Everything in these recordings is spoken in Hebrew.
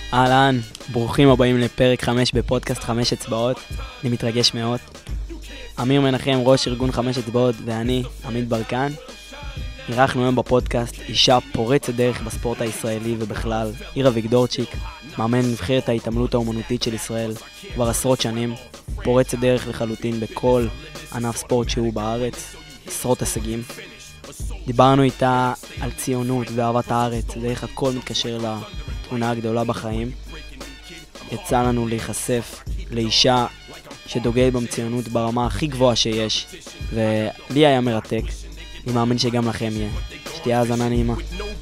אהלן, ברוכים הבאים לפרק 5 בפודקאסט 5 אצבעות. אני מתרגש מאוד. אמיר מנחם, ראש ארגון 5 אצבעות, ואני, עמית ברקן. אירחנו היום בפודקאסט אישה פורצת דרך בספורט הישראלי ובכלל, עירה ויגדורצ'יק, מאמן נבחרת ההתעמלות האומנותית של ישראל כבר עשרות שנים, פורצת דרך לחלוטין בכל ענף ספורט שהוא בארץ, עשרות הישגים. דיברנו איתה על ציונות ואהבת הארץ, ואיך הכל מתקשר לתמונה הגדולה בחיים. יצא לנו להיחשף לאישה שדוגלת בציונות ברמה הכי גבוהה שיש, ולי היה מרתק. אני מאמין שגם לכם יהיה. שתהיה האזנה נעימה.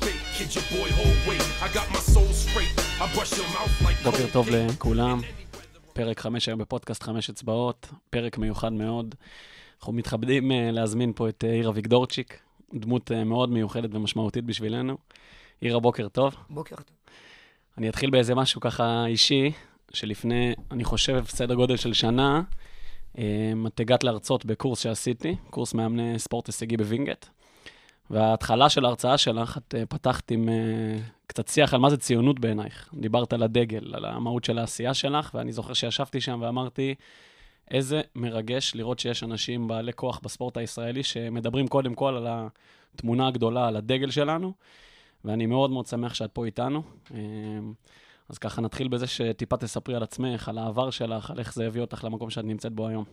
בוקר טוב לכולם. פרק 5 היום בפודקאסט 5 אצבעות. פרק מיוחד מאוד. אנחנו מתכבדים להזמין פה את עירה ויגדורצ'יק, דמות מאוד מיוחדת ומשמעותית בשבילנו. עירה, בוקר טוב. בוקר טוב. אני אתחיל באיזה משהו ככה אישי, שלפני, אני חושב, סדר גודל של שנה, את הגעת להרצות בקורס שעשיתי, קורס מאמני ספורט הישגי בווינגייט, וההתחלה של ההרצאה שלך, את פתחת עם קצת שיח על מה זה ציונות בעינייך. דיברת על הדגל, על המהות של העשייה שלך, ואני זוכר שישבתי שם ואמרתי, איזה מרגש לראות שיש אנשים בעלי כוח בספורט הישראלי, שמדברים קודם כל על התמונה הגדולה, על הדגל שלנו, ואני מאוד מאוד שמח שאת פה איתנו. אז ככה נתחיל בזה שטיפה תספרי על עצמך, על העבר שלך, על איך זה הביא אותך למקום שאת נמצאת בו היום.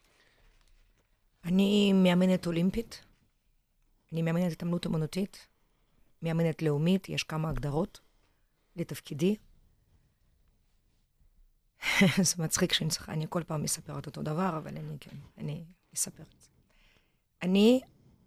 אני מאמנת אולימפית, אני מאמנת התעמלות אומנותית, מאמנת לאומית, יש כמה הגדרות לתפקידי. זה מצחיק אני כל פעם מספר את אותו דבר, אבל אני אספר את זה. אני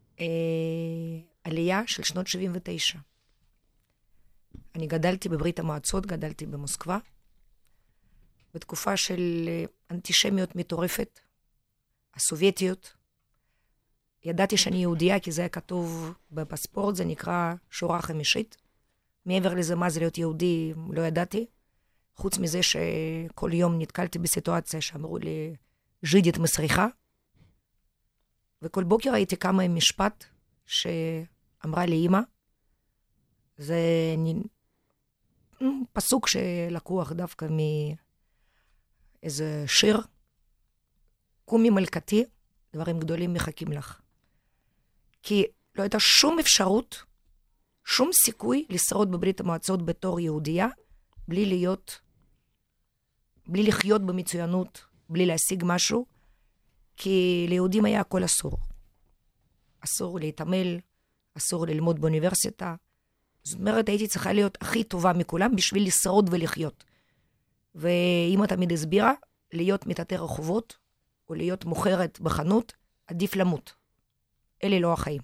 עלייה של שנות 79. אני גדלתי בברית המועצות, גדלתי במוסקבה, בתקופה של אנטישמיות מטורפת, הסובייטיות. ידעתי שאני יהודייה, כי זה היה כתוב בספורט, זה נקרא שורה חמישית. מעבר לזה, מה זה להיות יהודי, לא ידעתי. חוץ מזה שכל יום נתקלתי בסיטואציה שאמרו לי, ז'ידית מסריחה. וכל בוקר הייתי קמה עם משפט שאמרה לי אמא, זה פסוק שלקוח דווקא מאיזה שיר, קומי מלכתי, דברים גדולים מחכים לך. כי לא הייתה שום אפשרות, שום סיכוי לשרוד בברית המועצות בתור יהודייה, בלי לחיות במצוינות, בלי להשיג משהו, כי ליהודים היה הכל אסור. אסור להתעמל, אסור ללמוד באוניברסיטה. זאת אומרת, הייתי צריכה להיות הכי טובה מכולם בשביל לשרוד ולחיות. ואמא תמיד הסבירה, להיות מטאטא רחובות, או להיות מוכרת בחנות, עדיף למות. אלה לא החיים.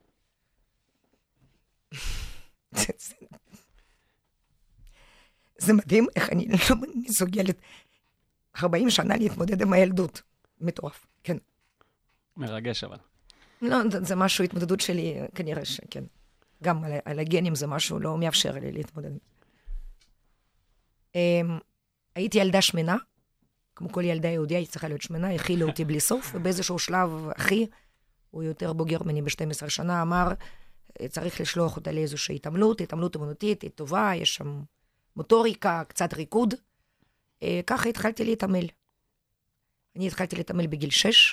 זה מדהים איך אני לא מסוגלת 40 שנה להתמודד עם הילדות. מטורף, כן. מרגש אבל. לא, זה משהו, התמודדות שלי, כנראה שכן. גם על הגנים זה משהו לא מאפשר לי להתמודד. הייתי ילדה שמנה, כמו כל ילדה יהודיה, היא צריכה להיות שמנה, הכילה אותי בלי סוף, ובאיזשהו שלב, אחי, הוא יותר בוגר ממני ב-12 שנה, אמר, צריך לשלוח אותה לאיזושהי התעמלות אומנותית, היא טובה, יש שם מוטוריקה, קצת ריקוד. ככה התחלתי להתעמל. אני התחלתי להתעמל בגיל 6.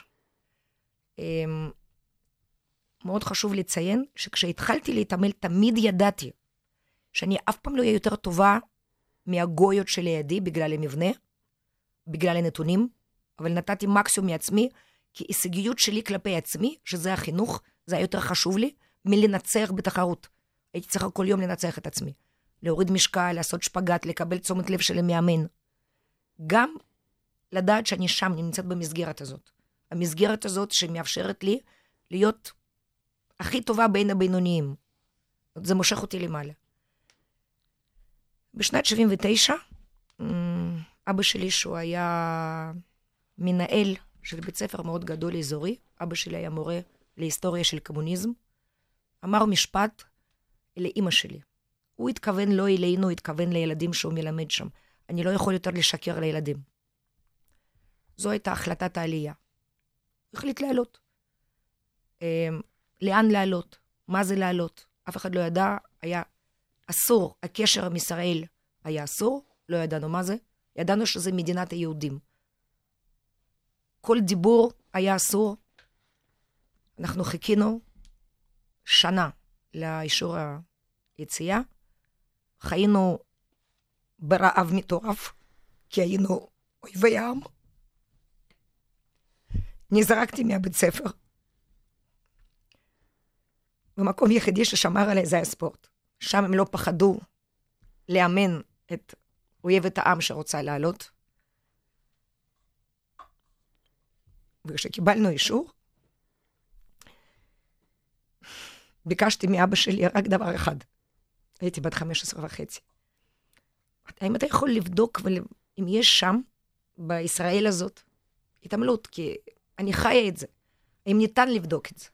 מאוד חשוב לציין שכשהתחלתי להתעמל תמיד ידעתי שאני אף פעם לא אהיה יותר טובה מהגויות שלידי בגלל המבנה, בגלל הנתונים, אבל נתתי מקסימום מעצמי, כי הישגיות שלי כלפי עצמי, שזה החינוך, זה היה יותר חשוב לי מלנצח בתחרות. הייתי צריכה כל יום לנצח את עצמי. להוריד משקל, לעשות שפגט, לקבל תשומת לב של המאמן. גם לדעת שאני שם, אני נמצאת במסגרת הזאת. המסגרת הזאת שמאפשרת לי להיות הכי טובה בין הבינוניים. זה מושך אותי למעלה. בשנת 79, אבא שלי, שהוא היה מנהל של בית ספר מאוד גדול אזורי, אבא שלי היה מורה להיסטוריה של קומוניזם, אמר משפט לאמא שלי. הוא התכוון לא אלינו, הוא התכוון לילדים שהוא מלמד שם. אני לא יכול יותר לשקר לילדים. זו הייתה החלטת העלייה. החליט לעלות. לאן לעלות? מה זה לעלות? אף אחד לא ידע, היה אסור. הקשר עם ישראל היה אסור, לא ידענו מה זה, ידענו שזה מדינת היהודים. כל דיבור היה אסור. אנחנו חיכינו שנה לאישור היציאה. חיינו ברעב מטורף, כי היינו אויבי העם. נזרקתי מהבית ספר. במקום יחידי ששמר עליי זה הספורט. שם הם לא פחדו לאמן את אויבת העם שרוצה לעלות. וכשקיבלנו אישור, ביקשתי מאבא שלי רק דבר אחד. הייתי בת 15.5. האם אתה יכול לבדוק אם יש שם, בישראל הזאת, התעמלות, כי אני חיה את זה. האם ניתן לבדוק את זה?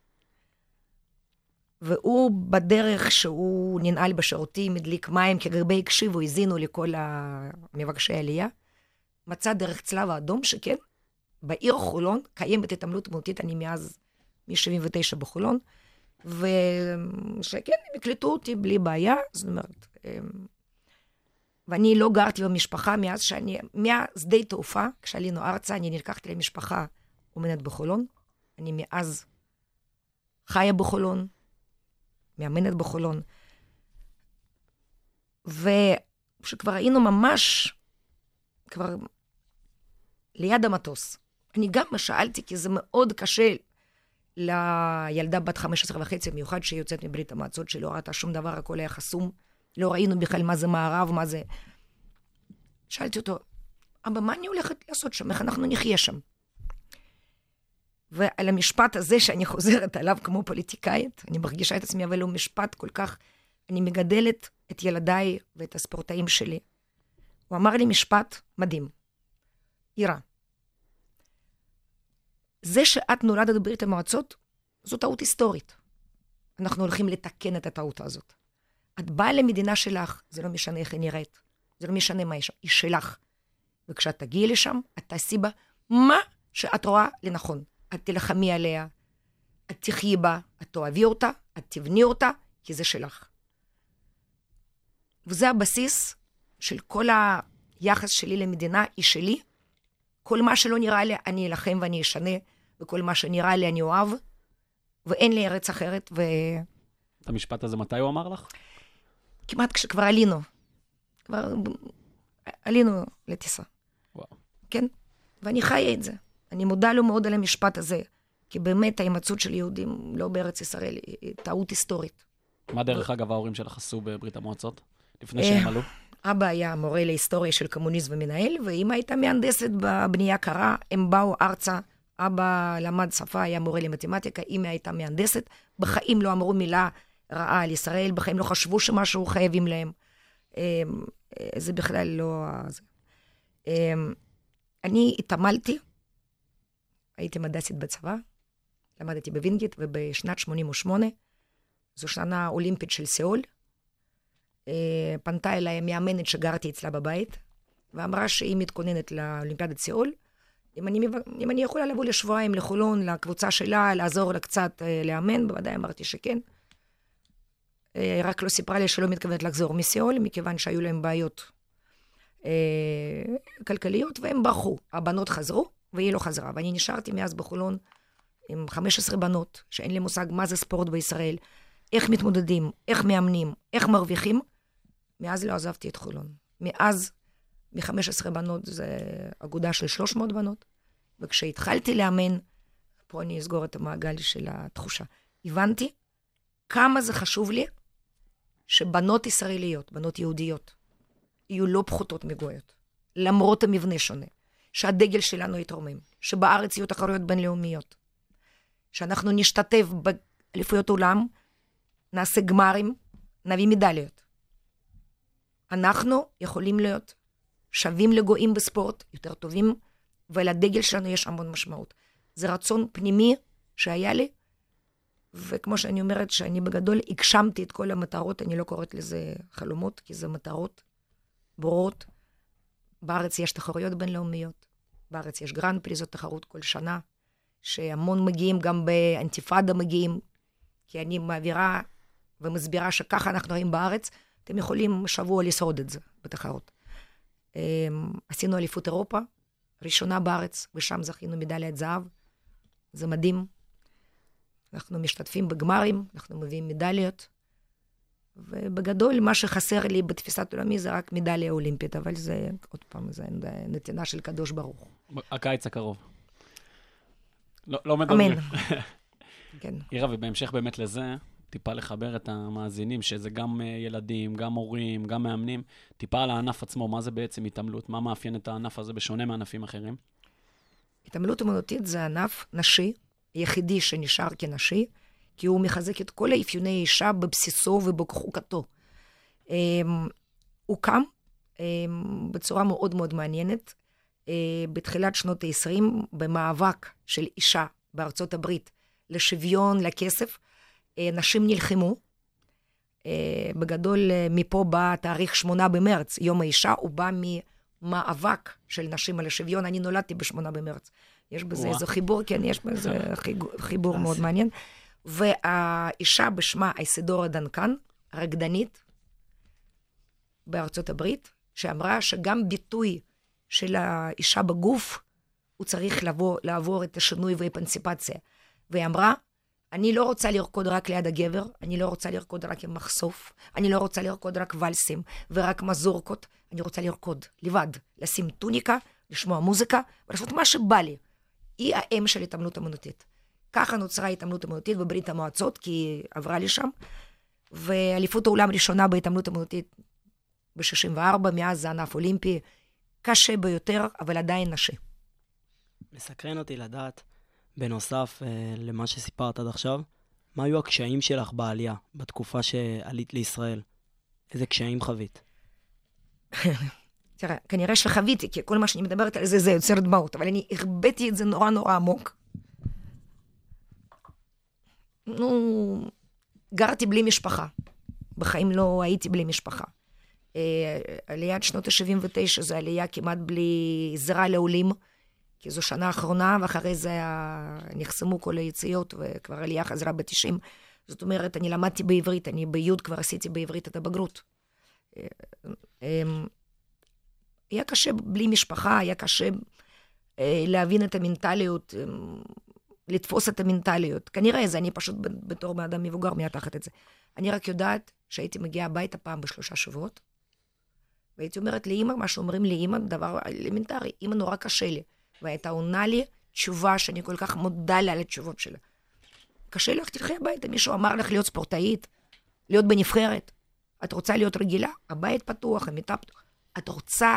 והוא בדרך שהוא ננעל בשירותים, הדליק מים, כי הרבה הקשיבו, הזינו לכל המבקשי העלייה, מצא דרך צלב האדום שכן, בעיר חולון קיימת התעמלות אמנותית, אני מאז מ-79 בחולון, ושכן, הם הקליטו אותי בלי בעיה, זאת אומרת, ואני לא גרתי במשפחה מאז מהשדה תעופה, כשעלינו ארצה, אני נלקחתי למשפחה אומנת בחולון, אני מאז חיה בחולון, מאמנת בחולון, וכשכבר היינו ממש, כבר ליד המטוס, אני גם שאלתי, כי זה מאוד קשה לילדה בת 15.5, מיוחד שהיא יוצאת מברית המועצות, שלא ראתה שום דבר, הכל היה חסום, לא ראינו בכלל מה זה מערב, מה זה... שאלתי אותו, אבא, מה אני הולכת לעשות שם? איך אנחנו נחיה שם? ועל המשפט הזה שאני חוזרת עליו כמו פוליטיקאית, אני מרגישה את עצמי, אבל הוא משפט כל כך, אני מגדלת את ילדיי ואת הספורטאים שלי. הוא אמר לי משפט מדהים. אירה, זה שאת נולדת בברית המועצות, זו טעות היסטורית. אנחנו הולכים לתקן את הטעות הזאת. את באה למדינה שלך, זה לא משנה איך היא נראית, זה לא משנה מה היא שלך. וכשאת תגיעי לשם, את תעשי בה מה שאת רואה לנכון. את תלחמי עליה, את תחיי בה, את תאהבי אותה, את תבני אותה, כי זה שלך. וזה הבסיס של כל היחס שלי למדינה, היא שלי. כל מה שלא נראה לי, אני אלחם ואני אשנה, וכל מה שנראה לי אני אוהב, ואין לי ארץ אחרת. את המשפט הזה, מתי הוא אמר לך? כמעט כשכבר עלינו. כבר עלינו לטיסה. וואו. כן? ואני חיה את זה. אני מודה לו מאוד על המשפט הזה, כי באמת ההימצאות של יהודים לא בארץ ישראל היא טעות היסטורית. מה דרך אגב ההורים שלך עשו בברית המועצות, לפני שהם עלו? אבא היה מורה להיסטוריה של קומוניזם ומנהל, ואמא הייתה מהנדסת בבנייה קרה, הם באו ארצה, אבא למד שפה, היה מורה למתמטיקה, אמא הייתה מהנדסת, בחיים לא אמרו מילה רעה על ישראל, בחיים לא חשבו שמשהו חייבים להם. זה בכלל לא... אני התעמלתי, הייתי מדסית בצבא, למדתי בווינגייט, ובשנת 88, זו שנה אולימפית של סיאול, פנתה אליי מאמנת שגרתי אצלה בבית, ואמרה שהיא מתכוננת לאולימפיאדת סיאול, אם אני יכולה לבוא לשבועיים לחולון, לקבוצה שלה, לעזור לה קצת לאמן, בוודאי אמרתי שכן. רק לא סיפרה לי שלא מתכוונת לחזור מסיאול, מכיוון שהיו להם בעיות כלכליות, והם ברחו. הבנות חזרו, והיא לא חזרה. ואני נשארתי מאז בחולון עם 15 בנות, שאין לי מושג מה זה ספורט בישראל, איך מתמודדים, איך מאמנים, איך מרוויחים. מאז לא עזבתי את חולון. מאז, מ-15 בנות, זה אגודה של 300 בנות. וכשהתחלתי לאמן, פה אני אסגור את המעגל של התחושה. הבנתי כמה זה חשוב לי שבנות ישראליות, בנות יהודיות, יהיו לא פחותות מגויות, למרות המבנה שונה, שהדגל שלנו יתרומם, שבארץ יהיו תחרויות בינלאומיות, שאנחנו נשתתף באליפויות עולם, נעשה גמרים, נביא מדליות. אנחנו יכולים להיות שווים לגויים בספורט, יותר טובים, ולדגל שלנו יש המון משמעות. זה רצון פנימי שהיה לי, וכמו שאני אומרת, שאני בגדול הגשמתי את כל המטרות, אני לא קוראת לזה חלומות, כי זה מטרות ברורות. בארץ יש תחרויות בינלאומיות, בארץ יש גרנד פרי, זאת תחרות כל שנה, שהמון מגיעים, גם באנטיפאדה מגיעים, כי אני מעבירה ומסבירה שככה אנחנו רואים בארץ, אתם יכולים שבוע לשרוד את זה בתחרות. עשינו אליפות אירופה, ראשונה בארץ, ושם זכינו מדליית זהב. זה מדהים. אנחנו משתתפים בגמרים, אנחנו מביאים מדליות, ובגדול מה שחסר לי בתפיסת עולמי זה רק מדליה אולימפית, אבל זה, עוד פעם, זה נתינה של קדוש ברוך. הקיץ הקרוב. לא מדברים. אמן. כן. אירה, ובהמשך באמת לזה, טיפה לחבר את המאזינים, שזה גם ילדים, גם הורים, גם מאמנים, טיפה על הענף עצמו, מה זה בעצם התעמלות? מה מאפיין את הענף הזה בשונה מענפים אחרים? התעמלות אמנותית זה ענף נשי, יחידי שנשאר כנשי, כי הוא מחזק את כל האפיוני האישה בבסיסו ובחוקתו. הוא קם בצורה מאוד מאוד מעניינת, בתחילת שנות ה-20, במאבק של אישה בארצות הברית לשוויון, לכסף, נשים נלחמו. בגדול, מפה בא תאריך 8 במרץ, יום האישה, הוא בא ממאבק של נשים על השוויון. אני נולדתי ב8 במרץ. יש בזה איזה חיבור, כן, יש בזה חיבור מאוד מעניין. והאישה בשמה איסידורה דנקן, רקדנית בארצות הברית, שאמרה שגם ביטוי של האישה בגוף, הוא צריך לעבור את השינוי והאפנסיפציה. והיא אמרה, אני לא רוצה לרקוד רק ליד הגבר, אני לא רוצה לרקוד רק עם מחשוף, אני לא רוצה לרקוד רק ולסים ורק מזורקות, אני רוצה לרקוד לבד, לשים טוניקה, לשמוע מוזיקה, ולעשות מה שבא לי. היא האם של התעמלות אמנותית. ככה נוצרה התעמלות אמנותית בברית המועצות, כי היא עברה לשם, ואליפות העולם ראשונה בהתעמלות אמנותית ב-64, מאז זה ענף אולימפי, קשה ביותר, אבל עדיין נשי. מסקרן אותי לדעת, בנוסף למה שסיפרת עד עכשיו, מה היו הקשיים שלך בעלייה, בתקופה שעלית לישראל? איזה קשיים חווית? תראה, כנראה שחוויתי, כי כל מה שאני מדברת על זה, זה יוצר דמעות, אבל אני הרבאתי את זה נורא נורא עמוק. גרתי בלי משפחה. בחיים לא הייתי בלי משפחה. עליית שנות ה-79 זה עלייה כמעט בלי עזרה לעולים, כי זו שנה האחרונה, ואחרי זה נחסמו כל היציאות, וכבר עלייה חזרה ב-90. זאת אומרת, אני למדתי בעברית, אני ביוד כבר עשיתי בעברית את הבגרות. היה קשה בלי משפחה, היה קשה להבין את המנטליות, לתפוס את המנטליות. כנראה זה, אני פשוט בתור מאדם מבוגר מייתחת את זה. אני רק יודעת שהייתי מגיעה הביתה פעם ב3 שבועות, והייתי אומרת לאמא, מה שאומרים לאמא, דבר אלמנטרי, אמא נורא קשה לי. והייתה עונה לי תשובה שאני כל כך מודה לה על התשובות שלה. קשה לך, תלכי הביתה, מישהו אמר לך להיות ספורטאית, להיות בנבחרת. את רוצה להיות רגילה? הבית פתוח, המיטה פתוח. את רוצה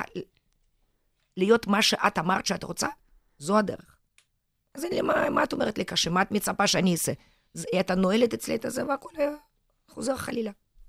להיות מה שאת אמרת שאת רוצה? זו הדרך. אז אני, מה את אומרת לי קשה? מה את מצפה שאני אעשה? אתה נועלת אצלי את זה והכל חוזר חלילה.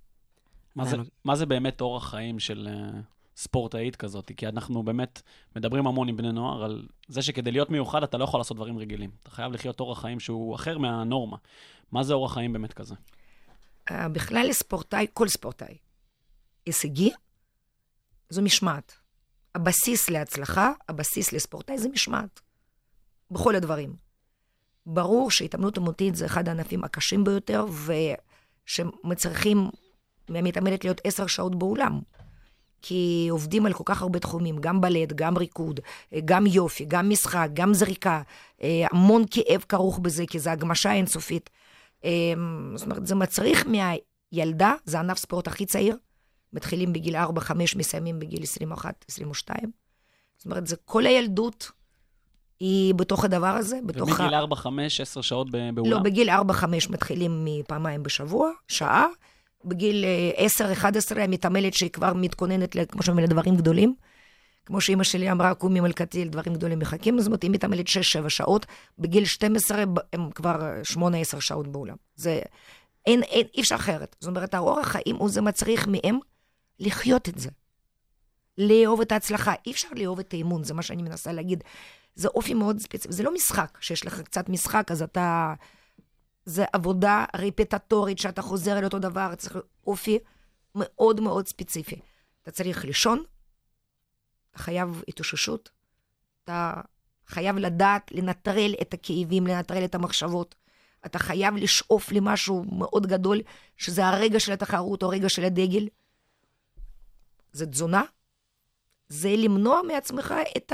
מה זה באמת אורח חיים של ספורטאית כזאת? כי אנחנו באמת מדברים המון עם בני נוער על זה שכדי להיות מיוחד אתה לא יכול לעשות דברים רגילים. אתה חייב לחיות אורח חיים שהוא אחר מהנורמה. מה זה אורח חיים באמת כזה? בכלל לספורטאי, כל ספורטאי, הישגי, זו משמעת. הבסיס להצלחה, הבסיס לספורטאי זה משמעת. בכל הדברים. ברור שהתעמלות אמנותית זה אחד הענפים הקשים ביותר, ושמצריכים מהמתעמלת להיות 10 שעות באולם. כי עובדים על כל כך הרבה תחומים, גם בלט, גם ריקוד, גם יופי, גם משחק, גם זריקה, המון כאב כרוך בזה, כי זה הגמשה אינסופית. זאת אומרת, זה מצריך מהילדה, זה ענף ספורט הכי צעיר, מתחילים בגיל 4-5, מסיימים בגיל 21-22. זאת אומרת, זה כל הילדות היא בתוך הדבר הזה. ומגיל 4-5, 10 שעות באולם? לא, בגיל 4-5 מתחילים מפעמיים בשבוע, שעה. בגיל 10-11 המתעמלת שהיא כבר מתכוננת, כמו שאומרים, לדברים גדולים. כמו שאמא שלי אמרה, קומי מלכתי, לדברים גדולים מחכים. זאת אומרת, היא מתעמלת 6-7 שעות. בגיל 12 הם כבר 8-10 שעות באולם. זה, אי אפשר אחרת. זאת אומרת, האורח חיים הוא זה מצריך מהם לחיות את זה. לאהוב את ההצלחה. אי אפשר לאהוב את האימון, זה מה שאני מנסה להגיד. זה אופי מאוד ספציפי. זה לא משחק, שיש לך קצת משחק, אז אתה... זה עבודה רפטטורית, שאתה חוזר על אותו דבר, צריך אופי מאוד מאוד ספציפי. אתה צריך לישון, אתה חייב התאוששות, אתה חייב לדעת לנטרל את הכאבים, לנטרל את המחשבות, אתה חייב לשאוף למשהו מאוד גדול, שזה הרגע של התחרות או הרגע של הדגל. זה תזונה, זה למנוע מעצמך את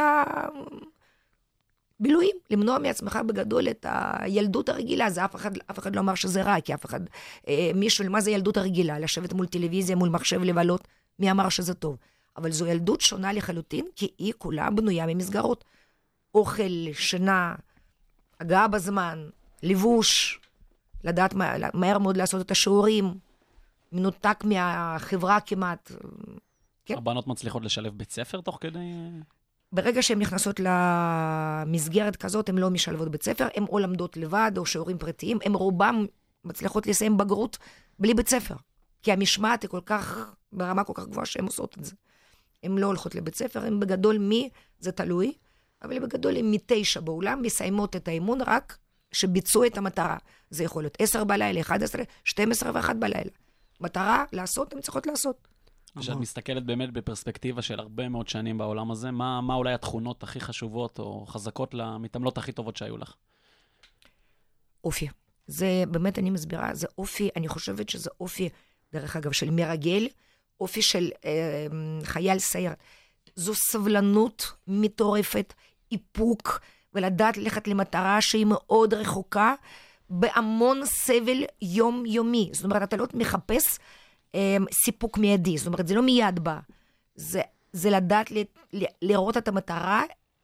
הבילויים, למנוע מעצמך בגדול את הילדות הרגילה, זה אף אחד לא אמר שזה רע, כי אף אחד, מה זה ילדות הרגילה? לשבת מול טלוויזיה, מול מחשב לבלות, מי אמר שזה טוב? אבל זו ילדות שונה לחלוטין, כי היא כולה בנויה ממסגרות. אוכל, שינה, הגעה בזמן, לבוש, לדעת מהר מאוד לעשות את השיעורים, מנותק מהחברה כמעט. כן? הבנות מצליחות לשלב בית ספר תוך כדי... ברגע שהן נכנסות למסגרת כזאת, הן לא משלבות בית ספר, הן או למדות לבד, או שיעורים פרטיים, הן רובם מצליחות לסיים בגרות בלי בית ספר. כי המשמעת היא ברמה כל כך גבוהה שהן עושות את זה. הן לא הולכות לבית ספר, הן בגדול זה תלוי, אבל בגדול הן 9 באולם, מסיימות את האימון רק שביצעו את המטרה. זה יכול להיות 10 בלילה, 11, 12 ו1 בלילה. מטרה לעשות, הן צריכות לעשות. כשאת מסתכלת באמת בפרספקטיבה של הרבה מאוד שנים בעולם הזה, מה אולי התכונות הכי חשובות או חזקות למתעמלות הכי טובות שהיו לך? אופי. זה באמת אני מסבירה, זה אופי, אני חושבת שזה אופי, דרך אגב, של מרגל, אופי של חייל סייר. זו סבלנות מטורפת, איפוק, ולדעת ללכת למטרה שהיא מאוד רחוקה, בהמון סבל יומיומי. זאת אומרת, אתה לא מחפש סיפוק מיידי, זאת אומרת, זה לא מיד בא. זה לדעת לראות את המטרה,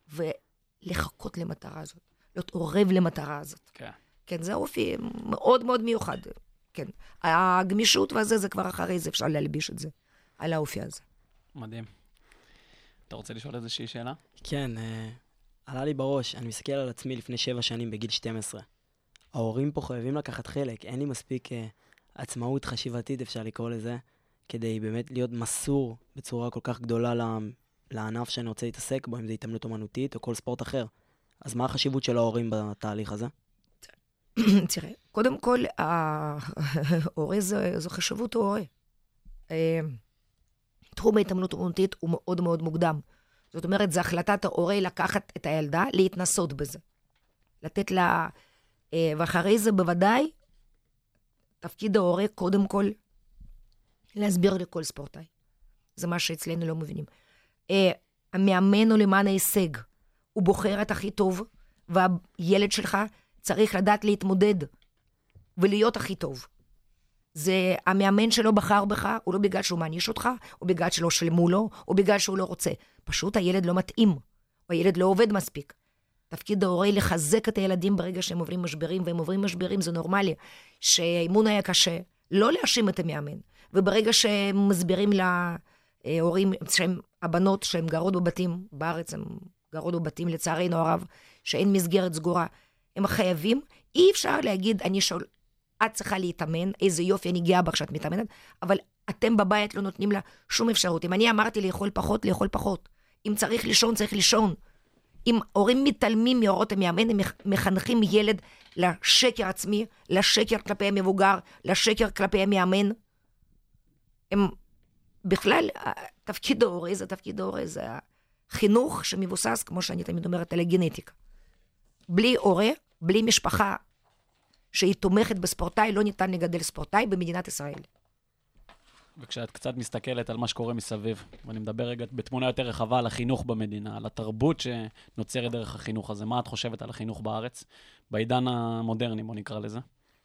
ולחכות למטרה הזאת. להיות עורב למטרה הזאת. כן. כן, זה אופי מאוד מאוד מיוחד. כן. הגמישות והזה, זה כבר אחרי זה, אפשר להלביש את זה, על האופי הזה. מדהים. אתה רוצה לשאול איזושהי שאלה? כן, עלה לי בראש, אני מסתכל על עצמי לפני 7 שנים בגיל 12. ההורים פה חייבים לקחת חלק, אין לי מספיק עצמאות חשיבתית, אפשר לקרוא לזה, כדי באמת להיות מסור בצורה כל כך גדולה לענף שאני רוצה להתעסק בו, אם זה התעמלות אומנותית או כל ספורט אחר. אז מה החשיבות של ההורים בתהליך הזה? תראה, קודם כל, ההורה זו חשיבות ההורה. תחום ההתעמלות אומנותית הוא מאוד מאוד מוקדם. זאת אומרת, זו החלטת ההורה לקחת את הילדה, להתנסות בזה. לתת לה, ואחרי זה בוודאי, תפקיד ההורה קודם כל, להסביר לכל ספורטאי. זה מה שאצלנו לא מבינים. המאמן הוא למען ההישג. הוא בוחר את הכי טוב, והילד שלך צריך לדעת להתמודד, ולהיות הכי טוב. זה המאמן שלא בחר בך, הוא לא בגלל שהוא מעניש אותך, או בגלל שלא שלמו לו, או בגלל שהוא לא רוצה. פשוט הילד לא מתאים, או הילד לא עובד מספיק. תפקיד ההורי לחזק את הילדים ברגע שהם עוברים משברים, והם עוברים משברים, זה נורמלי. שהאימון היה קשה, לא להאשים את המאמן. וברגע שהם מסבירים להורים, הבנות שהן גרות בבתים, בארץ הן גרות בבתים לצערנו הרב, שאין מסגרת סגורה, הם חייבים, אי אפשר להגיד, את צריכה להתאמן, איזה יופי, אני גאה בך שאת מתאמנת, אבל אתם בבית לא נותנים לה שום אפשרות. אם אני אמרתי לאכול פחות, לאכול פחות. אם צריך לישון, צריך לישון. אם הורים מתעלמים מהוראות המאמן, הם מחנכים ילד לשקר עצמי, לשקר כלפי המבוגר, לשקר כלפי המאמן. הם בכלל, תפקיד ההורה זה תפקיד ההורה, זה החינוך שמבוסס, כמו שאני תמיד אומרת, על הגנטיקה. בלי הורה, בלי משפחה שהיא תומכת בספורטאי, לא ניתן לגדל ספורטאי במדינת ישראל. וכשאת קצת מסתכלת על מה שקורה מסביב, ואני מדבר רגע בתמונה יותר רחבה על החינוך במדינה, על התרבות שנוצרת דרך החינוך הזה, מה את חושבת על החינוך בארץ? בעידן המודרני, בוא נקרא לזה.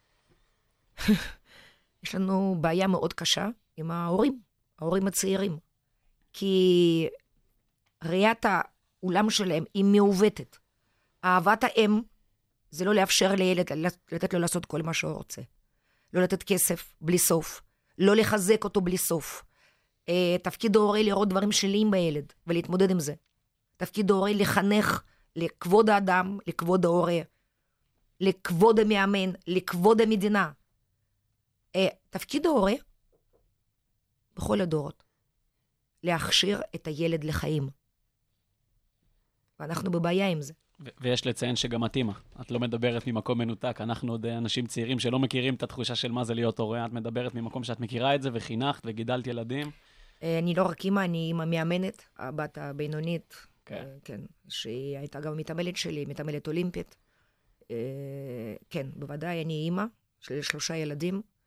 יש לנו בעיה מאוד קשה עם ההורים הצעירים. כי ראיית האולם שלהם היא מעוותת. אהבת האם זה לא לאפשר לילד, לתת לו לעשות כל מה שהוא רוצה. לא לתת כסף בלי סוף. לא לחזק אותו בלי סוף. תפקיד ההורי לראות דברים שליליים בילד, ולהתמודד עם זה. תפקיד ההורי לחנך לכבוד האדם, לכבוד ההורה, לכבוד המאמן, לכבוד המדינה. תפקיד ההורי, בכל הדורות, להכשיר את הילד לחיים. ואנחנו בבעיה עם זה. ויש לציין שגם את אימא. את לא מדברת ממקום מנותק. אנחנו עוד אנשים צעירים שלא מכירים את התחושה של מה זה להיות הורה. את מדברת ממקום שאת מכירה את זה וחינכת וגידלת ילדים. אני לא רק אימא, אני אימא מאמנת, הבת הבינונית. כן, שהיא הייתה גם מתעמלת שלי, מתעמלת אולימפית. כן, בוודאי, אני אימא של 3 ילדים.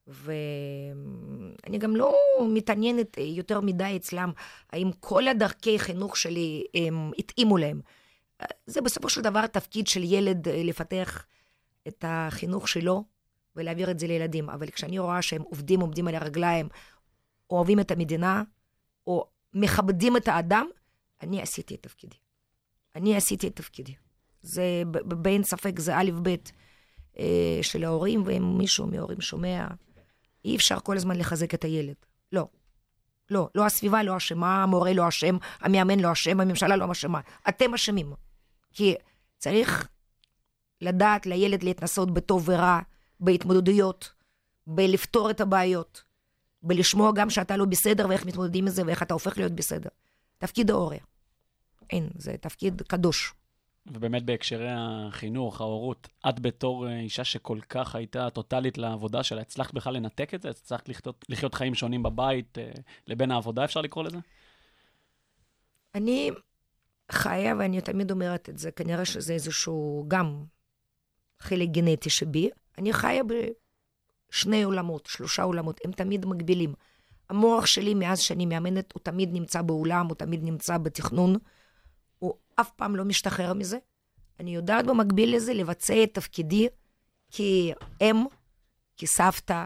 ואני גם לא מתעניינת יותר מדי אצלם, האם כל הדרכי חינוך שלי הם התאימו להם. זה בסופו של דבר תפקיד של ילד לפתח את החינוך שלו ולהעביר את זה לילדים. אבל כשאני רואה שהם עומדים על הרגליים, אוהבים את המדינה, או מכבדים את האדם, אני עשיתי את תפקידי. זה בין ספק, זה א' ב' של ההורים, ואם מישהו מההורים שומע, אי אפשר כל הזמן לחזק את הילד. לא, הסביבה לא אשמה, המורה לא אשם, המאמן לא אשם, הממשלה לא אשמה. אתם אשמים. כי צריך לדעת לילד להתנסות בטוב ורע, בהתמודדויות, בלפתור את הבעיות, בלשמוע גם שאתה לא בסדר, ואיך מתמודדים עם זה, ואיך אתה הופך להיות בסדר. תפקיד ההורה. אין, זה תפקיד קדוש. ובאמת בהקשרי החינוך, ההורות, את בתור אישה שכל כך הייתה טוטלית לעבודה שלה, הצלחת בכלל לנתק את זה? הצלחת לחיות חיים שונים בבית, לבין העבודה, אפשר לקרוא לזה? אני חיה, ואני תמיד אומרת את זה, כנראה שזה איזשהו גם חלק גנטי שבי. אני חיה בשני עולמות, 3 עולמות, הם תמיד מקבילים. המוח שלי, מאז שאני מאמנת, הוא תמיד נמצא באולם, הוא תמיד נמצא בתכנון, הוא אף פעם לא משתחרר מזה. אני יודעת במקביל לזה לבצע את תפקידי כאם, כסבתא,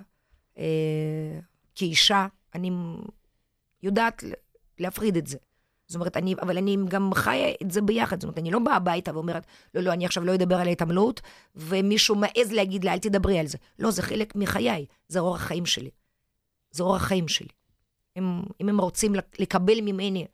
כאישה. אני יודעת להפריד את זה. זאת אומרת, אבל אני גם חיה את זה ביחד. זאת אומרת, אני לא באה הביתה ואומרת, לא, אני עכשיו לא אדבר על ההתעמלות, ומישהו מעז להגיד לה, אל תדברי על זה. לא, זה חלק מחיי, זה אורח החיים שלי. זה אורח החיים שלי. אם הם רוצים לקבל ממני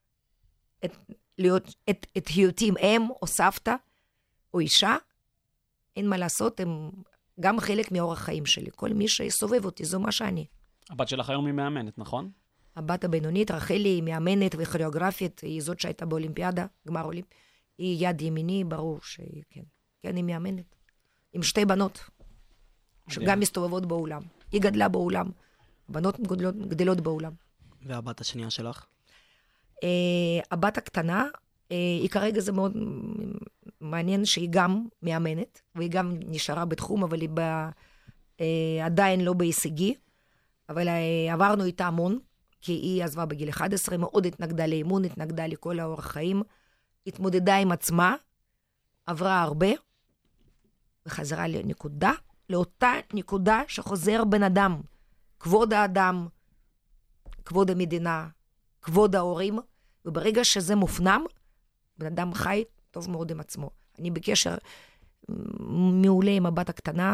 את היותי אם או סבתא או אישה, אין מה לעשות, הם גם חלק מאורח החיים שלי. כל מי שיסובב אותי, זו מה שאני. הבת שלך היום היא מאמנת, נכון? הבת הבינונית, רחלי, היא מאמנת וכוריאוגרפית, היא זאת שהייתה באולימפיאדה, גמר אולימפי. היא יד ימיני, ברור שהיא, כן, היא מאמנת. עם 2 בנות, שגם מסתובבות באולם. היא גדלה באולם. הבנות גדלות באולם. והבת השנייה שלך? הבת הקטנה, היא כרגע זה מאוד מעניין שהיא גם מאמנת, והיא גם נשארה בתחום, אבל היא עדיין לא בהישגי, אבל עברנו איתה המון, כי היא עזבה בגיל 11, מאוד התנגדה לאימון, התנגדה לכל האורח חיים, התמודדה עם עצמה, עברה הרבה, וחזרה לאותה נקודה שחוזר בן אדם, כבוד האדם, כבוד המדינה, כבוד ההורים, וברגע שזה מופנם, בן אדם חי טוב מאוד עם עצמו. אני בקשר מעולה עם הבת הקטנה,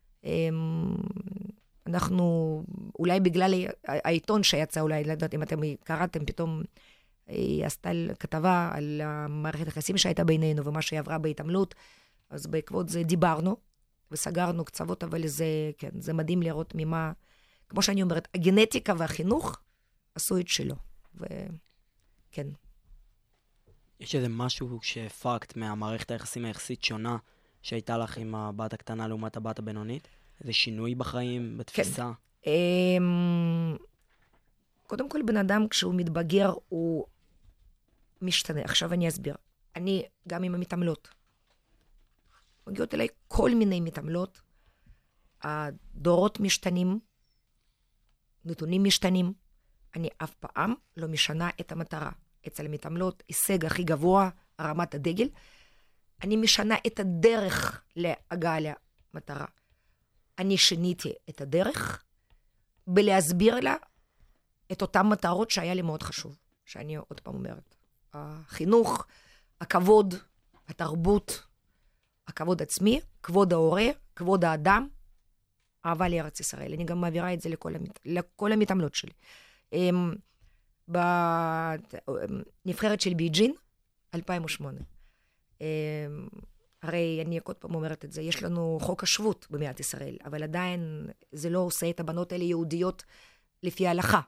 אנחנו, אולי בגלל העיתון שיצא, אולי, לא יודעת אם אתם קראתם, פתאום היא עשתה כתבה על המערכת היחסים שהייתה בינינו, ומה שהיא עברה בהתעמלות, אז בעקבות זה דיברנו, וסגרנו קצוות, אבל זה, כן, זה מדהים לראות ממה, כמו שאני אומרת, הגנטיקה והחינוך עשו את שלו, וכן. יש איזה משהו שהפקת מהמערכת היחסים היחסית שונה, שהייתה לך עם הבת הקטנה לעומת הבת הבינונית? איזה שינוי בחיים, בתפיסה? כן. קודם כל, בן אדם כשהוא מתבגר, הוא משתנה. עכשיו אני אסביר. אני גם עם המתעמלות. מגיעות אליי כל מיני מתעמלות, הדורות משתנים, נתונים משתנים, אני אף פעם לא משנה את המטרה. אצל המתעמלות, הישג הכי גבוה, הרמת הדגל, אני משנה את הדרך להגעה למטרה. אני שיניתי את הדרך בלהסביר לה את אותן מטרות שהיה לי מאוד חשוב. שאני עוד פעם אומרת, החינוך, הכבוד, התרבות, הכבוד עצמי, כבוד ההורה, כבוד האדם, אהבה לארץ ישראל. אני גם מעבירה את זה לכל המתעמלות שלי. בנבחרת של בייג'ין, 2008. הרי אני עוד פעם אומרת את זה, יש לנו חוק השבות במדינת ישראל, אבל עדיין זה לא עושה את הבנות האלה יהודיות לפי ההלכה.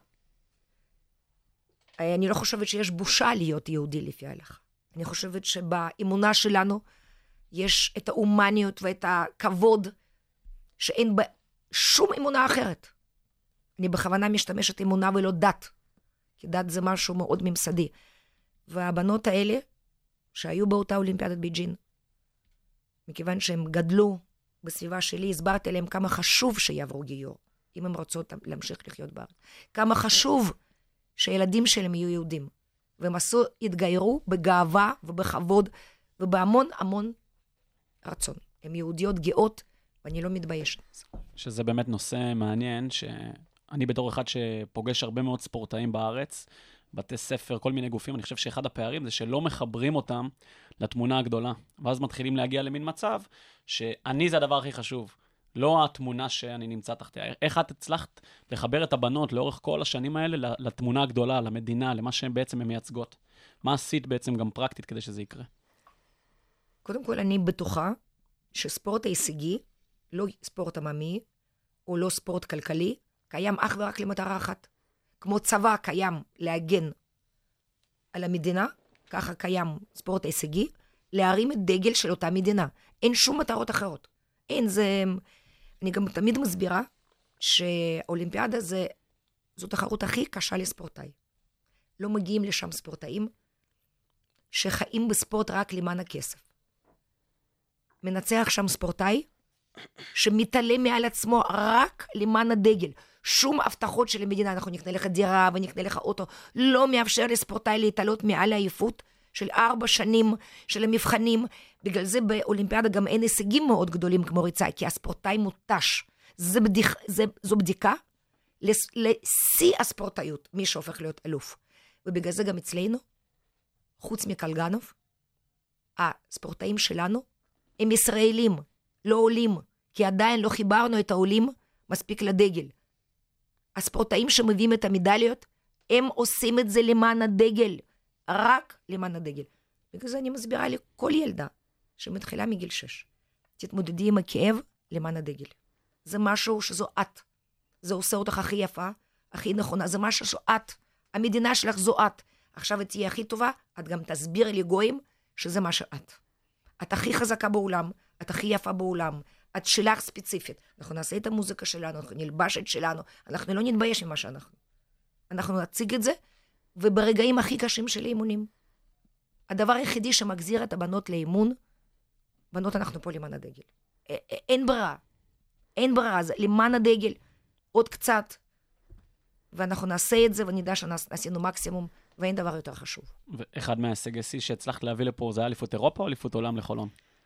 אני לא חושבת שיש בושה להיות יהודי לפי ההלכה. אני חושבת שבאמונה שלנו יש את ההומניות ואת הכבוד שאין בה שום אמונה אחרת. אני בכוונה משתמשת אמונה ולא דת, כי דת זה משהו מאוד ממסדי. והבנות האלה שהיו באותה אולימפיאדת בייג'ין, מכיוון שהם גדלו בסביבה שלי, הסברתי להם כמה חשוב שיעברו גיור. אם הם רוצות להמשיך לחיות בארץ. כמה חשוב שהילדים שלהם יהיו יהודים. והם התגיירו בגאווה ובכבוד, ובהמון המון רצון. הן יהודיות גאות, ואני לא מתביישת. שזה באמת נושא מעניין, שאני בתור אחד שפוגש הרבה מאוד ספורטאים בארץ, בתי ספר, כל מיני גופים, אני חושב שאחד הפערים זה שלא מחברים אותם לתמונה הגדולה. ואז מתחילים להגיע למין מצב שאני זה הדבר הכי חשוב. לא התמונה שאני נמצא תחתיה. איך את הצלחת לחבר את הבנות לאורך כל השנים האלה לתמונה הגדולה, למדינה, למה שהן בעצם מייצגות? מה עשית בעצם גם פרקטית כדי שזה יקרה? קודם כל, אני בטוחה שספורט הישגי, לא ספורט עממי, או לא ספורט כלכלי, קיים אך ורק למטרה אחת. כמו צבא קיים להגן על המדינה, ככה קיים ספורט הישגי, להרים את דגל של אותה מדינה. אין שום מטרות אחרות. אין זה... אני גם תמיד מסבירה שהאולימפיאדה זו תחרות הכי קשה לספורטאי. לא מגיעים לשם ספורטאים שחיים בספורט רק למען הכסף. מנצח שם ספורטאי שמתעלם מעל עצמו רק למען הדגל. שום הבטחות של המדינה, אנחנו נקנה לך דירה ונקנה לך אוטו, לא מאפשר לספורטאי להתעלות מעל העייפות של 4 שנים של המבחנים. בגלל זה באולימפיאדה גם אין הישגים מאוד גדולים כמו ריצה, כי הספורטאי מותש. זו בדיקה לשיא הספורטאיות, מי שהופך להיות אלוף. ובגלל זה גם אצלנו, חוץ מקלגנוב, הספורטאים שלנו הם ישראלים, לא עולים, כי עדיין לא חיברנו את העולים מספיק לדגל. הספורטאים שמביאים את המדליות, הם עושים את זה למען הדגל, רק למען הדגל. בגלל זה אני מסבירה לכל ילדה שמתחילה מגיל 6. תתמודדי עם הכאב למען הדגל. זה משהו שזו את. זה עושה אותך הכי יפה, הכי נכונה. זה משהו שאת, המדינה שלך זו את. עכשיו את תהיה הכי טובה, את גם תסביר לי גויים שזה מה שאת. את הכי חזקה בעולם, את הכי יפה בעולם, את שלך ספציפית. אנחנו נעשה את המוזיקה שלנו, אנחנו נלבש את שלנו, אנחנו לא נתבייש ממה שאנחנו. אנחנו נציג את זה, וברגעים הכי קשים של אימונים. הדבר היחידי שמגזיר את הבנות לאימון, בנות אנחנו פה למען הדגל. אין ברירה. אין ברירה, זה למען הדגל. עוד קצת, ואנחנו נעשה את זה, ונדע שעשינו מקסימום, ואין דבר יותר חשוב. ואחד מההישגי שיא שהצלחת להביא לפה, זה אליפות אירופה או אליפות עולם לחולון?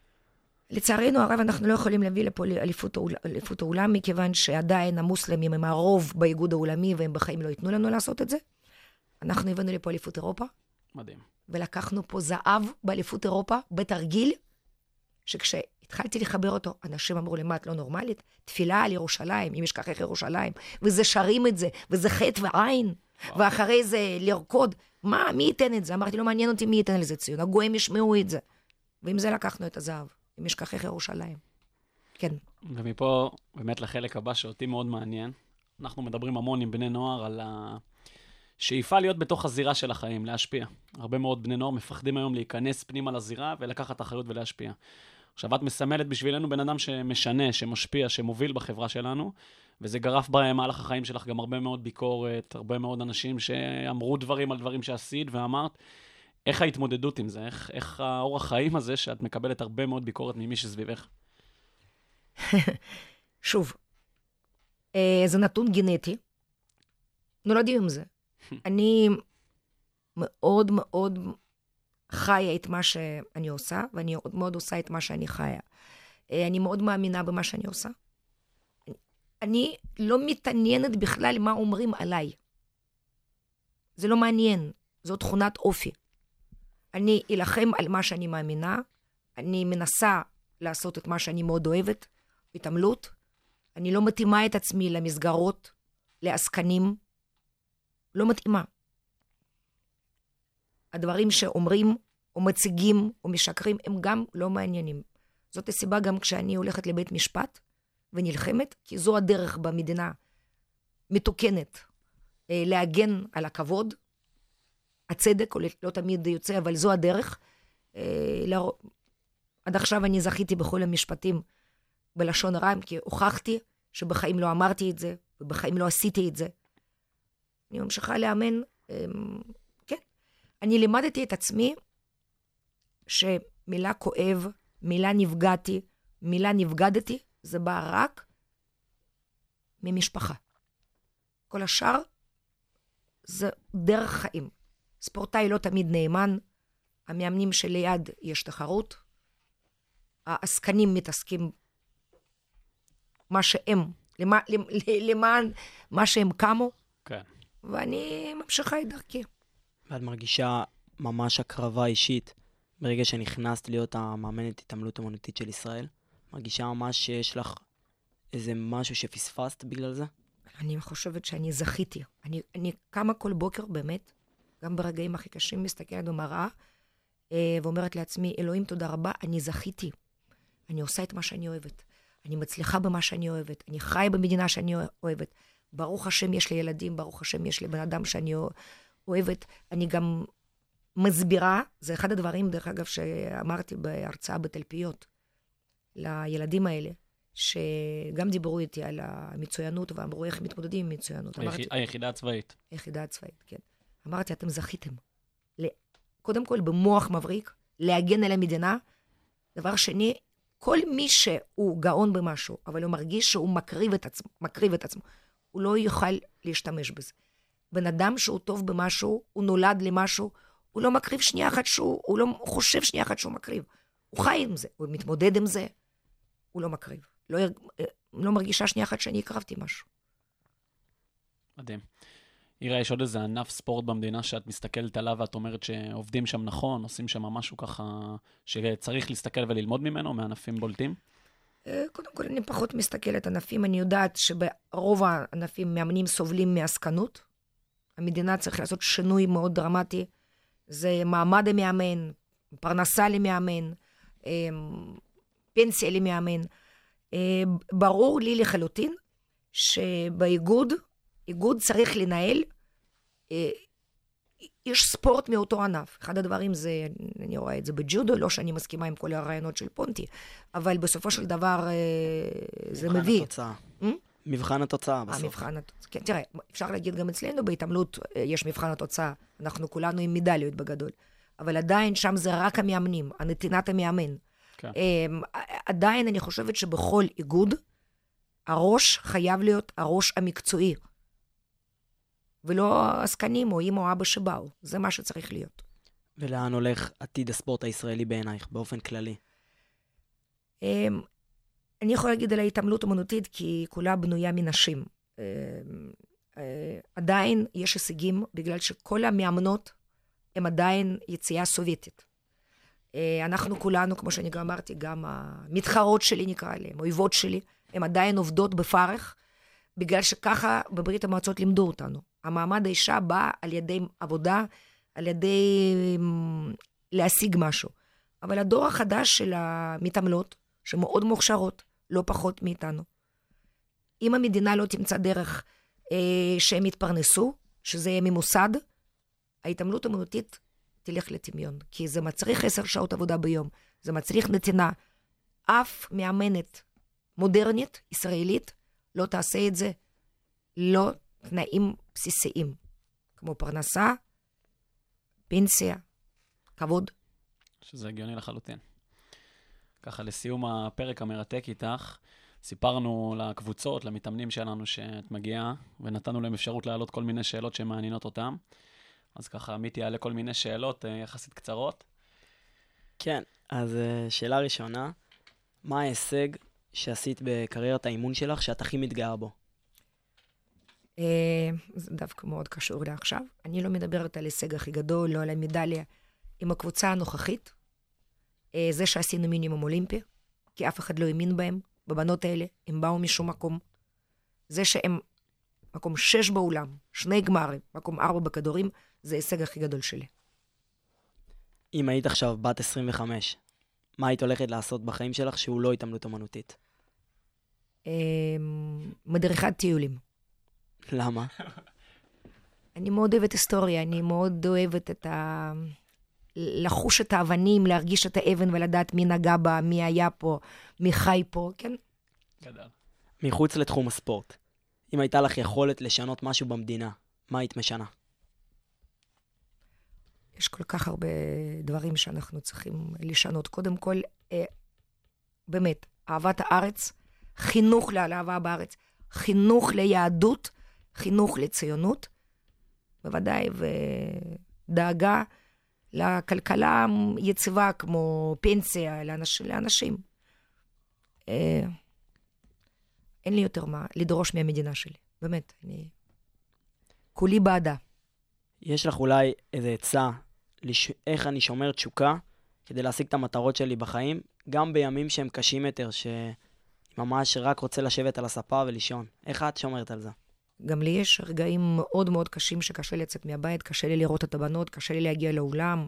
לצערנו הרב, אנחנו לא יכולים להביא לפה אליפות העולם, מכיוון שעדיין המוסלמים הם הרוב באיגוד העולמי, והם בחיים לא ייתנו לנו לעשות את זה. אנחנו הבאנו לפה אליפות אירופה. מדהים. ולקחנו פה זהב באליפות אירופה, בתרגיל, שכשהתחלתי לחבר אותו, אנשים אמרו לי, מה, את לא נורמלית? תפילה על ירושלים, אם ישכחך ירושלים, וזה שרים את זה, וזה חטא ועין, ואחרי זה לרקוד. מה, מי ייתן את זה? אמרתי, לא מעניין אותי מי ייתן לזה ציון, הגויים ישמעו את זה. ועם זה לקחנו את הזהב, אם ישכחך ירושלים. כן. ומפה, באמת לחלק הבא שאותי מאוד מעניין, אנחנו מדברים המון עם בני נוער על השאיפה להיות בתוך הזירה של החיים, להשפיע. הרבה מאוד בני נוער מפחדים היום להיכנס פנימה לזירה ולקחת אחריות ולהשפיע. עכשיו את מסמלת בשבילנו בן אדם שמשנה, שמשפיע, שמוביל בחברה שלנו, וזה גרף במהלך החיים שלך גם הרבה מאוד ביקורת, הרבה מאוד אנשים שאמרו דברים על דברים שעשית ואמרת. איך ההתמודדות עם זה? איך האורח חיים הזה שאת מקבלת הרבה מאוד ביקורת ממי שסביבך? שוב, זה נתון גנטי. נולדים עם זה. אני מאוד מאוד חיה את מה שאני עושה, ואני מאוד עושה את מה שאני חיה. אני מאוד מאמינה במה שאני עושה. אני לא מתעניינת בכלל מה אומרים עליי. זה לא מעניין. זו תכונת אופי. אני אלחם על מה שאני מאמינה, אני מנסה לעשות את מה שאני מאוד אוהבת, התעמלות. אני לא מתאימה את עצמי למסגרות, לעסקנים. לא מתאימה. הדברים שאומרים, או מציגים, או משקרים, הם גם לא מעניינים. זאת הסיבה גם כשאני הולכת לבית משפט ונלחמת, כי זו הדרך במדינה מתוקנת, להגן על הכבוד, הצדק, לא תמיד יוצא, אבל זו הדרך. עד עכשיו אני זכיתי בכל המשפטים בלשון רם, כי הוכחתי שבחיים לא אמרתי את זה, ובחיים לא עשיתי את זה. אני ממשיכה לאמן, כן. אני לימדתי את עצמי שמילה כואב, מילה נפגעתי, מילה נפגדתי, זה בא רק ממשפחה. כל השאר זה דרך חיים. ספורטאי לא תמיד נאמן, המאמנים שליד יש תחרות, העסקנים מתעסקים מה שהם, למען מה שהם קמו, כן. ואני ממשיכה את דרכי. ואת מרגישה ממש הקרבה אישית ברגע שנכנסת להיות המאמנת התעמלות אמנותית של ישראל? מרגישה ממש שיש לך איזה משהו שפספסת בגלל זה? אני חושבת שאני זכיתי. אני קמה כל בוקר באמת, גם ברגעים הכי קשים, מסתכלת במראה, ואומרת לעצמי, אלוהים תודה רבה, אני זכיתי. אני עושה את מה שאני אוהבת. אני מצליחה במה שאני אוהבת. אני חי במדינה שאני אוהבת. ברוך השם יש לי ילדים, ברוך השם יש לי בן אדם שאני אוהבת. אני גם מסבירה, זה אחד הדברים, דרך אגב, שאמרתי בהרצאה בתלפיות, לילדים האלה, שגם דיברו איתי על המצוינות, ואמרו איך מתמודדים עם מצוינות. היחידה הצבאית. היחידה הצבאית, כן. אמרתי, אתם זכיתם. קודם כל, במוח מבריק, להגן על המדינה. דבר שני, כל מי שהוא גאון במשהו, אבל הוא מרגיש שהוא מקריב את עצמו, הוא לא יוכל להשתמש בזה. בן אדם שהוא טוב במשהו, הוא נולד למשהו, הוא לא מקריב שנייה אחת הוא לא חושב שנייה אחת שהוא מקריב. הוא חי עם זה, הוא מתמודד עם זה, הוא לא מקריב. לא מרגישה שנייה אחת שאני הקרבתי משהו. מדהים. אירה, יש עוד איזה ענף ספורט במדינה שאת מסתכלת עליו ואת אומרת שעובדים שם נכון, עושים שם משהו ככה שצריך להסתכל וללמוד ממנו, מענפים בולטים? קודם כל אני פחות מסתכלת ענפים, אני יודעת שברוב הענפים מאמנים סובלים מעסקנות. המדינה צריך לעשות שינוי מאוד דרמטי, זה מעמד המאמן, פרנסה למאמן, פנסיה למאמן. ברור לי לחלוטין שבאיגוד, איגוד צריך לנהל יש ספורט מאותו ענף. אחד הדברים זה, אני רואה את זה בג'ודו, לא שאני מסכימה עם כל הרעיונות של פונטי, אבל בסופו של דבר זה מביא. מבחן התוצאה בסוף. מבחן התוצאה. כן, תראה, אפשר להגיד גם אצלנו, בהתעמלות יש מבחן התוצאה. אנחנו כולנו עם מדליות בגדול. אבל עדיין שם זה רק המאמנים, הנתינת המאמן. כן. עדיין אני חושבת שבכל איגוד, הראש חייב להיות הראש המקצועי. ולא עסקנים או אמא או אבא שבאו. זה מה שצריך להיות. ולאן הולך עתיד הספורט הישראלי בעינייך, באופן כללי? אני יכולה להגיד על ההתעמלות אמנותית, כי כולה בנויה מנשים. עדיין יש הישגים, בגלל שכל המאמנות הם עדיין יציאה סובייטית. אנחנו כולנו, כמו שאני גם אמרתי, גם המתחרות שלי נקרא להם, אויבות שלי, הם עדיין עובדות בפרך, בגלל שככה בברית המועצות לימדו אותנו. המעמד האישה בא על ידי עבודה, על ידי להשיג משהו. אבל הדור החדש של המתעמלות, שמאוד מוכשרות, לא פחות מאיתנו. אם המדינה לא תמצא דרך שהם יתפרנסו, שזה יהיה ממוסד, ההתעמלות אמנותית תלך לטמיון, כי זה מצריך 10 שעות עבודה ביום, זה מצריך נתינה. אף מאמנת מודרנית, ישראלית, לא תעשה את זה, לא תנאים בסיסיים, כמו פרנסה, פנסיה, כבוד. שזה הגיוני לחלוטין. ככה לסיום הפרק המרתק איתך, סיפרנו לקבוצות, למתאמנים שלנו שאת מגיעה, ונתנו להם אפשרות להעלות כל מיני שאלות שמעניינות אותם. אז ככה, עמית יעלה כל מיני שאלות יחסית קצרות. כן, אז שאלה ראשונה, מה ההישג שעשית בקריירת האימון שלך שאת הכי מתגאה בו? זה דווקא מאוד קשור לעכשיו. אני לא מדברת על הישג הכי גדול, לא על המדליה. עם הקבוצה הנוכחית, זה שעשינו מינימום אולימפי, כי אף אחד לא האמין בהם, בבנות האלה, הם באו משום מקום. זה שהם מקום 6 באולם, 2 גמרים, מקום 4 בכדורים, זה ההישג הכי גדול שלי. אם היית עכשיו בת 25, מה היית הולכת לעשות בחיים שלך שהוא לא התעמלות אמנותית? מדריכת טיולים. למה? אני מאוד אוהבת היסטוריה, אני מאוד אוהבת לחוש את האבנים, להרגיש את האבן ולדעת מי נגע בה, מי היה פה, מי חי פה, כן? גדל. מחוץ לתחום הספורט, אם הייתה לך יכולת לשנות משהו במדינה, מה היית משנה? יש כל כך הרבה דברים שאנחנו צריכים לשנות. קודם כל, באמת, אהבת הארץ, חינוך לאהבה בארץ, חינוך ליהדות, חינוך לציונות, בוודאי, ודאגה לכלכלה יציבה כמו פנסיה לאנשים. אין לי יותר מה לדרוש מהמדינה שלי, באמת, אני כולי בעדה. יש לך אולי איזה עצה, איך אני שומר תשוקה, כדי להשיג את המטרות שלי בחיים, גם בימים שהם קשים יותר, שממש רק רוצה לשבת על הספה ולישון. איך את שומרת על זה? גם לי יש רגעים מאוד מאוד קשים שקשה לצאת מהבית, קשה לי לראות את הבנות, קשה לי להגיע לאולם.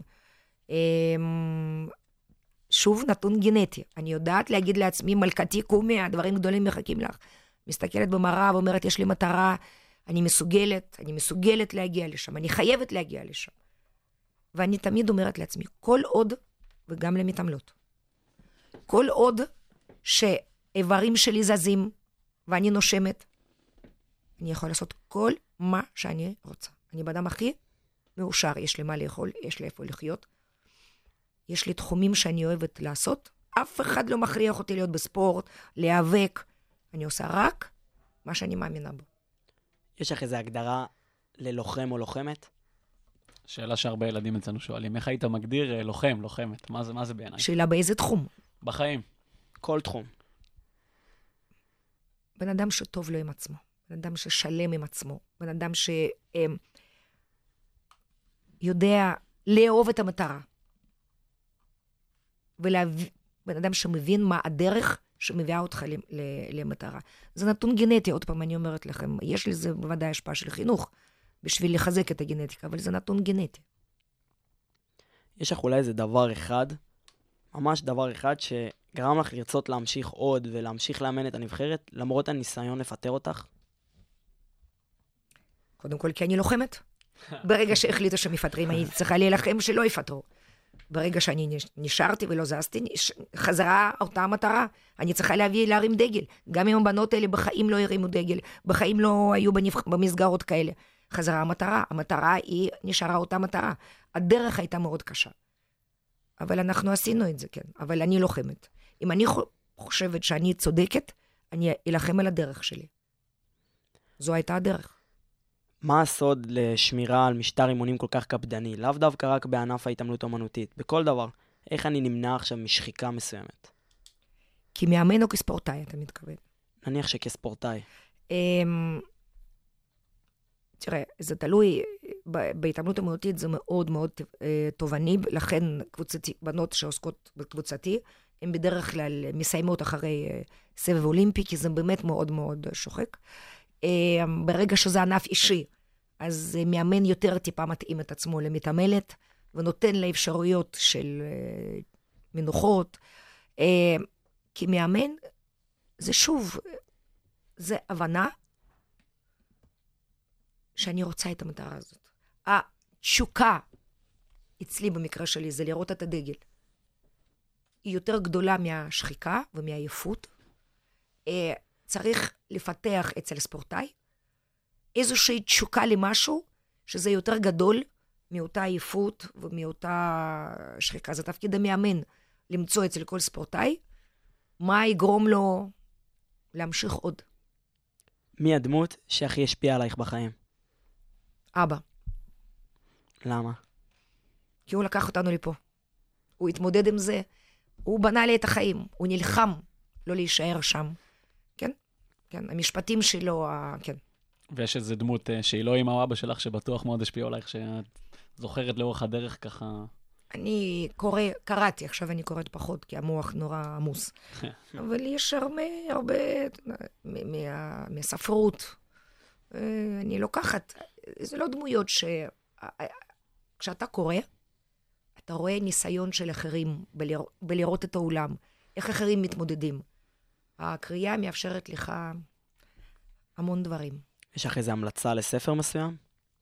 שוב, נתון גנטי. אני יודעת להגיד לעצמי, מלכתי קומי, הדברים גדולים מחכים לך. מסתכלת במראה ואומרת, יש לי מטרה, אני מסוגלת להגיע לשם, אני חייבת להגיע לשם. ואני תמיד אומרת לעצמי, כל עוד, וגם למתעמלות, כל עוד שאיברים שלי זזים, ואני נושמת, אני יכול לעשות כל מה שאני רוצה. אני באדם הכי מאושר, יש לי מה לאכול, יש לי איפה לחיות. יש לי תחומים שאני אוהבת לעשות. אף אחד לא מכריח אותי להיות בספורט, להיאבק. אני עושה רק מה שאני מאמינה בו. יש לך איזו הגדרה ללוחם או לוחמת? שאלה שהרבה ילדים אצלנו שואלים, איך היית מגדיר לוחמת? מה זה בעיניי? שאלה באיזה תחום? בחיים. כל תחום. בן אדם שטוב לו עם עצמו. בן אדם ששלם עם עצמו. בן אדם שיודע לאהוב את המטרה. בן אדם שמבין מה הדרך שמביאה אותך למטרה. זה נתון גנטי, עוד פעם אני אומרת לכם, יש לזה בוודאי השפעה של חינוך, בשביל לחזק את הגנטיקה, אבל זה נתון גנטי. יש לך אולי איזה דבר אחד, ממש דבר אחד, שגרם לך לרצות להמשיך עוד, ולהמשיך לאמן את הנבחרת, למרות הניסיון לפטר אותך? קודם כל, כי אני לוחמת. ברגע שהחליטו שמפטרים, אני צריכה להילחם שלא יפטרו. ברגע שאני נשארתי ולא זזתי, חזרה אותה המטרה. אני צריכה להרים דגל. גם אם הבנות האלה בחיים לא הרימו דגל, בחיים לא היו במסגרות כאלה. חזרה המטרה. המטרה היא נשארה אותה מטרה. הדרך הייתה מאוד קשה. אבל אנחנו עשינו את זה, כן. אבל אני לוחמת. אם אני חושבת שאני צודקת, אני אלחם על הדרך שלי. זו הייתה הדרך. מה הסוד לשמירה על משטר אימונים כל כך קפדני? לאו דווקא רק בענף ההתעמלות האמנותית, בכל דבר. איך אני נמנע עכשיו משחיקה מסוימת? כמאמן או כספורטאי, אתה מתכוון? נניח שכספורטאי. תראה, זה תלוי, בהתעמלות האמנותית זה מאוד מאוד תובעני, לכן בנות שעוסקות בקבוצתי, הן בדרך כלל מסיימות אחרי סבב אולימפי, כי זה באמת מאוד מאוד שוחק. ברגע שזה ענף אישי, אז מאמן יותר טיפה מתאים את עצמו למתעמלת, ונותן לה אפשרויות של מנוחות. כי מאמן, זה שוב, זה הבנה שאני רוצה את המטרה הזאת. התשוקה, אצלי במקרה שלי, זה לראות את הדגל. היא יותר גדולה מהשחיקה ומהעייפות. צריך לפתח אצל ספורטאי איזושהי תשוקה למשהו שזה יותר גדול מאותה עייפות ומאותה שחיקה. זה תפקיד המאמן למצוא אצל כל ספורטאי מה יגרום לו להמשיך עוד. מי הדמות שהכי השפיעה עלייך בחיים? אבא. למה? כי הוא לקח אותנו לפה. הוא התמודד עם זה, הוא בנה לי את החיים, הוא נלחם לא להישאר שם. כן? כן, המשפטים שלו, כן. ויש איזו דמות שהיא לא אמא או אבא שלך, שבטוח מאוד השפיעה עלייך, שאת זוכרת לאורך הדרך ככה... אני קראתי, עכשיו אני קוראת פחות, כי המוח נורא עמוס. אבל יש הרבה מספרות. אני לוקחת, זה לא דמויות כשאתה קורא, אתה רואה ניסיון של אחרים בלראות את העולם, איך אחרים מתמודדים. הקריאה מאפשרת לך המון דברים. יש לך איזו המלצה לספר מסוים?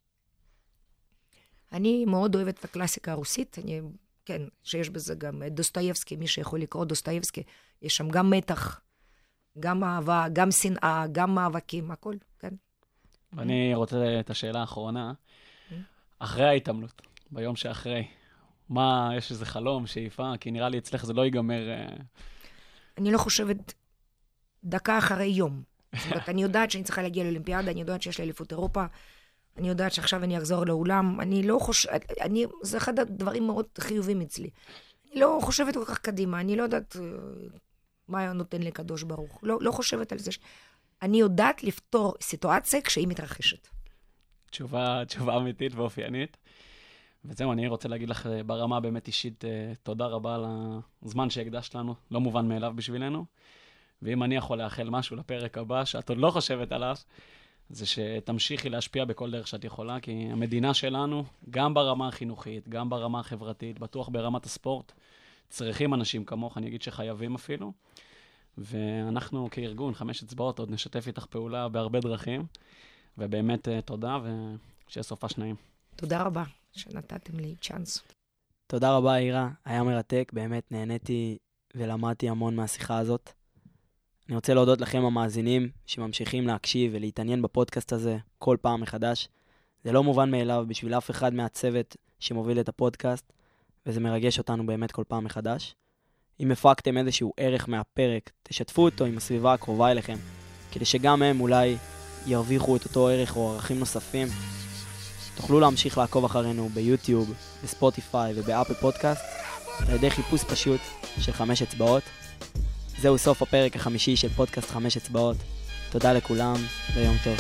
אני מאוד אוהבת את הקלאסיקה הרוסית, כן, שיש בזה גם דוסטויבסקי, מי שיכול לקרוא דוסטויבסקי, יש שם גם מתח, גם אהבה, גם שנאה, גם מאבקים, הכל, כן. ואני רוצה את השאלה האחרונה, אחרי ההתעמלות, ביום שאחרי, מה, יש איזה חלום, שאיפה, כי נראה לי אצלך זה לא ייגמר... אני לא חושבת דקה אחרי יום. זאת אומרת, אני יודעת שאני צריכה להגיע לאולימפיאדה, אני יודעת שיש לי אליפות אירופה, אני יודעת שעכשיו אני אחזור לאולם, אני לא חושבת, זה אחד הדברים מאוד חיובים אצלי. אני לא חושבת כל כך קדימה, אני לא יודעת מה נותן לי קדוש ברוך. לא חושבת על זה. אני יודעת לפתור סיטואציה כשהיא מתרחשת. תשובה אמיתית ואופיינית. וזהו, אני רוצה להגיד לך ברמה באמת אישית, תודה רבה על הזמן שהקדשת לנו, לא מובן מאליו בשבילנו. ואם אני יכול לאחל משהו לפרק הבא, שאת עוד לא חושבת עליו, זה שתמשיכי להשפיע בכל דרך שאת יכולה, כי המדינה שלנו, גם ברמה החינוכית, גם ברמה החברתית, בטוח ברמת הספורט, צריכים אנשים כמוך, אני אגיד שחייבים אפילו. ואנחנו כארגון, 5 אצבעות, עוד נשתף איתך פעולה בהרבה דרכים. ובאמת תודה, ושיהיה סופה שניים. תודה רבה שנתתם לי צ'אנס. תודה רבה, אירה. היה מרתק, באמת נהניתי ולמדתי המון מהשיחה הזאת. אני רוצה להודות לכם המאזינים שממשיכים להקשיב ולהתעניין בפודקאסט הזה כל פעם מחדש. זה לא מובן מאליו בשביל אף אחד מהצוות שמוביל את הפודקאסט, וזה מרגש אותנו באמת כל פעם מחדש. אם הפקתם איזשהו ערך מהפרק, תשתפו אותו עם הסביבה הקרובה אליכם, כדי שגם הם אולי ירוויחו את אותו ערך או ערכים נוספים. תוכלו להמשיך לעקוב אחרינו ביוטיוב, בספוטיפיי ובאפל פודקאסט, על ידי חיפוש פשוט של 5 אצבעות. זהו סוף הפרק החמישי של פודקאסט 5 אצבעות. תודה לכולם ויום טוב.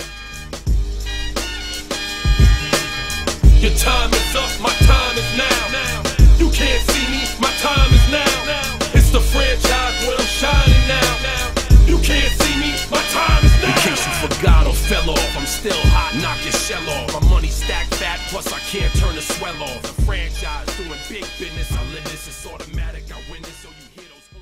Your time is up, my time is now. You can't see me, my time is now. It's the franchise where I'm shining now. You can't see me, my time is now. In case you forgot or fell off, I'm still hot, knock your shell off. My money stacked fat, plus I can't turn the swell off. The franchise doing big business, I live this, it's automatic, I win this.